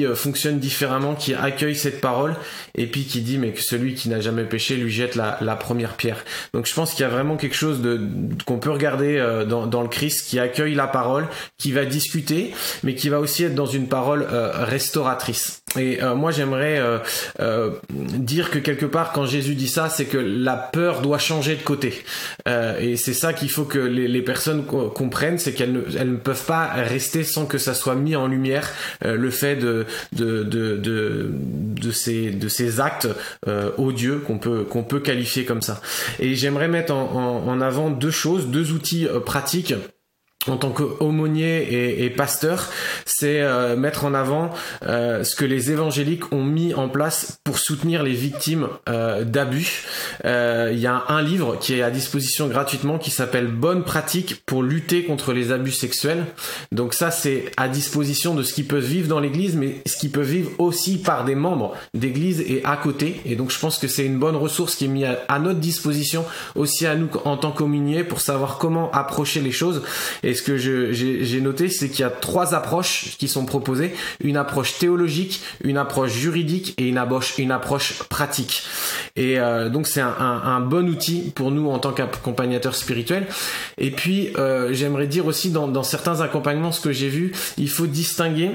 fonctionne différemment, qui accueille cette parole et puis qui dit mais que celui qui n'a jamais péché lui jette la, la première pierre. Donc je pense qu'il y a vraiment quelque chose de, qu'on peut regarder euh, dans, dans le Christ, qui accueille la parole, qui va discuter, mais qui va aussi être dans une parole euh, restauratrice. Et euh, moi j'aimerais euh, euh, dire que quelque part quand Jésus dit ça, c'est que la peur doit changer de côté. Euh, et c'est ça qu'il faut que les, les personnes co- comprennent, c'est qu'elles ne, elles ne peuvent pas rester sans que ça soit mis en lumière, euh, le fait de de de de, de ces de ces actes euh, odieux qu'on peut qu'on peut qualifier comme ça. Et j'aimerais mettre en, en, en avant deux choses, deux outils euh, pratiques. En tant qu'aumônier et, et pasteur, c'est euh, mettre en avant euh, ce que les évangéliques ont mis en place pour soutenir les victimes euh, d'abus. Euh, il y a un livre qui est à disposition gratuitement qui s'appelle Bonnes pratiques pour lutter contre les abus sexuels. Donc ça, c'est à disposition de ce qui peut se vivre dans l'église, mais ce qui peut vivre aussi par des membres d'église et à côté. Et donc je pense que c'est une bonne ressource qui est mise à, à notre disposition aussi à nous en tant qu'aumôniers pour savoir comment approcher les choses. Et ce que je, j'ai, j'ai noté, c'est qu'il y a trois approches qui sont proposées. Une approche théologique, une approche juridique et une approche, une approche pratique. Et euh, donc c'est un, un, un bon outil pour nous en tant qu'accompagnateurs spirituels. Et puis euh, j'aimerais dire aussi dans, dans certains accompagnements, ce que j'ai vu, il faut distinguer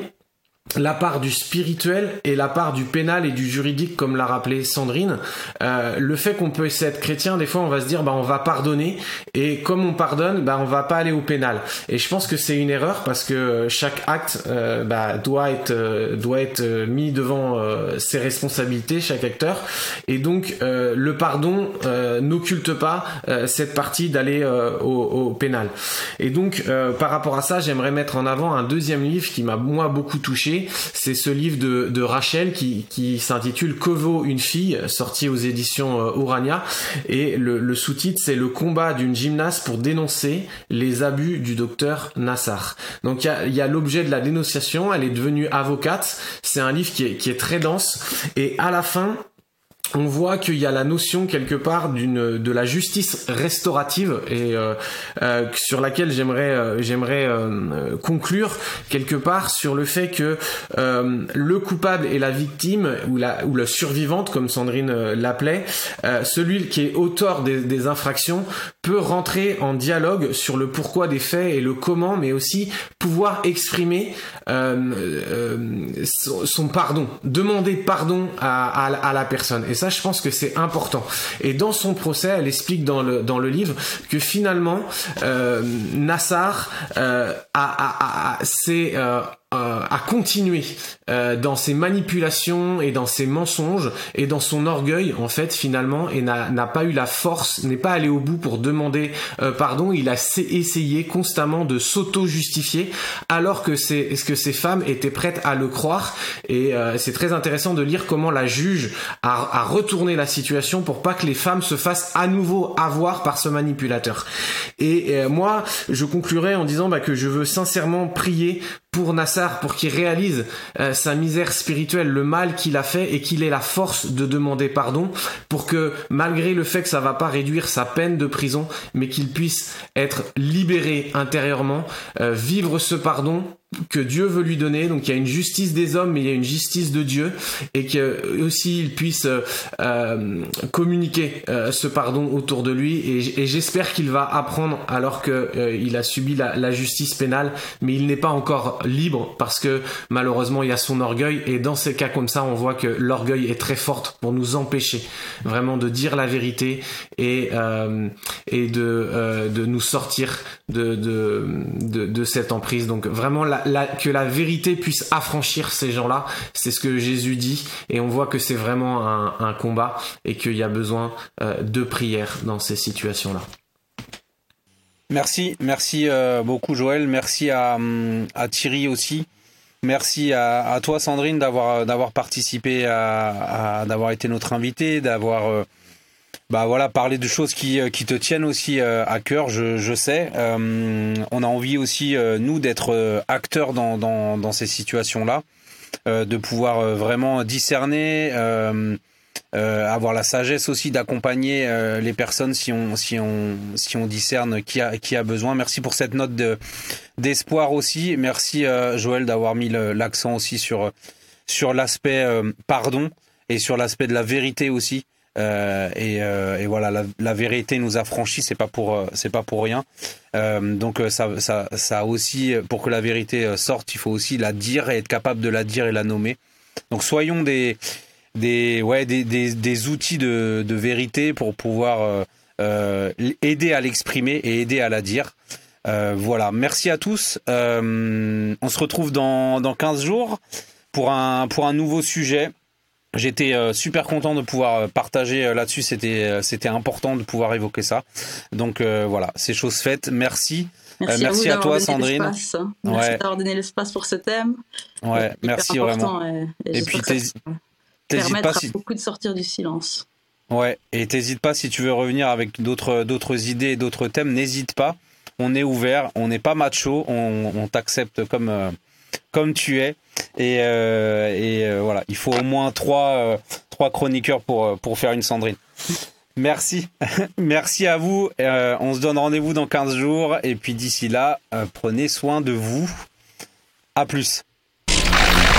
la part du spirituel et la part du pénal et du juridique, comme l'a rappelé Sandrine. Euh, le fait qu'on peut être chrétien, des fois on va se dire bah on va pardonner, et comme on pardonne, bah on va pas aller au pénal. Et je pense que c'est une erreur, parce que chaque acte euh, bah, doit être euh, doit être mis devant euh, ses responsabilités, chaque acteur. Et donc euh, le pardon euh, n'occulte pas euh, cette partie d'aller euh, au, au pénal. Et donc euh, par rapport à ça, j'aimerais mettre en avant un deuxième livre qui m'a moi beaucoup touché. C'est ce livre de, de Rachel qui, qui s'intitule Que vaut une fille, sorti aux éditions euh, Urania, et le, le sous-titre c'est Le combat d'une gymnaste pour dénoncer les abus du docteur Nassar. Donc il y a, y a l'objet de la dénonciation, elle est devenue avocate, c'est un livre qui est, qui est très dense, et à la fin on voit qu'il y a la notion quelque part d'une de la justice restaurative, et euh, euh, sur laquelle j'aimerais euh, j'aimerais euh, conclure quelque part sur le fait que euh, le coupable et la victime, ou la ou la survivante comme Sandrine euh, l'appelait, euh, celui qui est auteur des, des infractions peut rentrer en dialogue sur le pourquoi des faits et le comment, mais aussi pouvoir exprimer euh, euh, son, son pardon, demander pardon à, à, à la personne. Et ça, je pense que c'est important. Et dans son procès, elle explique dans le dans le livre que finalement, euh, Nassar euh, a, a, a, a c'est euh, à continuer euh, dans ses manipulations et dans ses mensonges et dans son orgueil en fait finalement, et n'a, n'a pas eu la force, n'est pas allé au bout pour demander euh, pardon. Il a essayé constamment de s'auto-justifier alors que ces, que ces femmes étaient prêtes à le croire. Et euh, c'est très intéressant de lire comment la juge a, a retourné la situation pour pas que les femmes se fassent à nouveau avoir par ce manipulateur. Et euh, moi je conclurai en disant bah, que je veux sincèrement prier pour Nassar, pour qu'il réalise euh, sa misère spirituelle, le mal qu'il a fait, et qu'il ait la force de demander pardon, pour que malgré le fait que ça va pas réduire sa peine de prison, mais qu'il puisse être libéré intérieurement, euh, vivre ce pardon que Dieu veut lui donner. Donc il y a une justice des hommes, mais il y a une justice de Dieu, et que aussi il puisse euh, communiquer euh, ce pardon autour de lui. Et, et j'espère qu'il va apprendre, alors que euh, il a subi la, la justice pénale, mais il n'est pas encore libre, parce que malheureusement il y a son orgueil. Et dans ces cas comme ça, on voit que l'orgueil est très forte pour nous empêcher vraiment de dire la vérité et euh, et de euh, de nous sortir de de de, de cette emprise. Donc vraiment la La, que la vérité puisse affranchir ces gens-là, c'est ce que Jésus dit, et on voit que c'est vraiment un, un combat, et qu'il y a besoin euh, de prière dans ces situations-là. Merci, merci euh, beaucoup Joël, merci à, à Thierry aussi, merci à, à toi Sandrine d'avoir, d'avoir participé, à, à, d'avoir été notre invité, d'avoir euh, bah voilà, parler de choses qui, qui te tiennent aussi euh, à cœur, je, je sais. Euh, on a envie aussi, euh, nous, d'être euh, acteurs dans, dans, dans ces situations-là, euh, de pouvoir euh, vraiment discerner, euh, euh, avoir la sagesse aussi d'accompagner euh, les personnes si on, si on, si on discerne qui a, qui a besoin. Merci pour cette note de, d'espoir aussi. Merci euh, Joël d'avoir mis le, l'accent aussi sur... sur l'aspect euh, pardon et sur l'aspect de la vérité aussi. Euh, et, euh, et voilà, la, la vérité nous a franchis, c'est pas pour, euh, c'est pas pour rien. Euh, donc ça, ça, ça aussi, pour que la vérité sorte, il faut aussi la dire et être capable de la dire et la nommer. Donc soyons des, des, ouais, des, des, des outils de, de vérité pour pouvoir euh, euh, aider à l'exprimer et aider à la dire. Euh, voilà, merci à tous. Euh, on se retrouve dans, dans quinze jours pour un, pour un nouveau sujet. J'étais euh, super content de pouvoir partager euh, là-dessus, c'était euh, c'était important de pouvoir évoquer ça. Donc euh, voilà, c'est chose faite. Merci. Merci, euh, merci à, à toi Sandrine. Merci ouais. d'avoir donné l'espace pour ce thème. Ouais, merci vraiment. Et, et, et puis t'hésites pas si... à beaucoup de sortir du silence. Ouais, et t'hésites pas si tu veux revenir avec d'autres d'autres idées et d'autres thèmes, n'hésite pas. On est ouvert, on n'est pas macho, on, on t'accepte comme euh, comme tu es. Et, euh, et euh, voilà, il faut au moins trois, euh, trois chroniqueurs pour, pour faire une Sandrine. Merci. Merci à vous. Euh, on se donne rendez-vous dans quinze jours. Et puis d'ici là, euh, prenez soin de vous. À plus.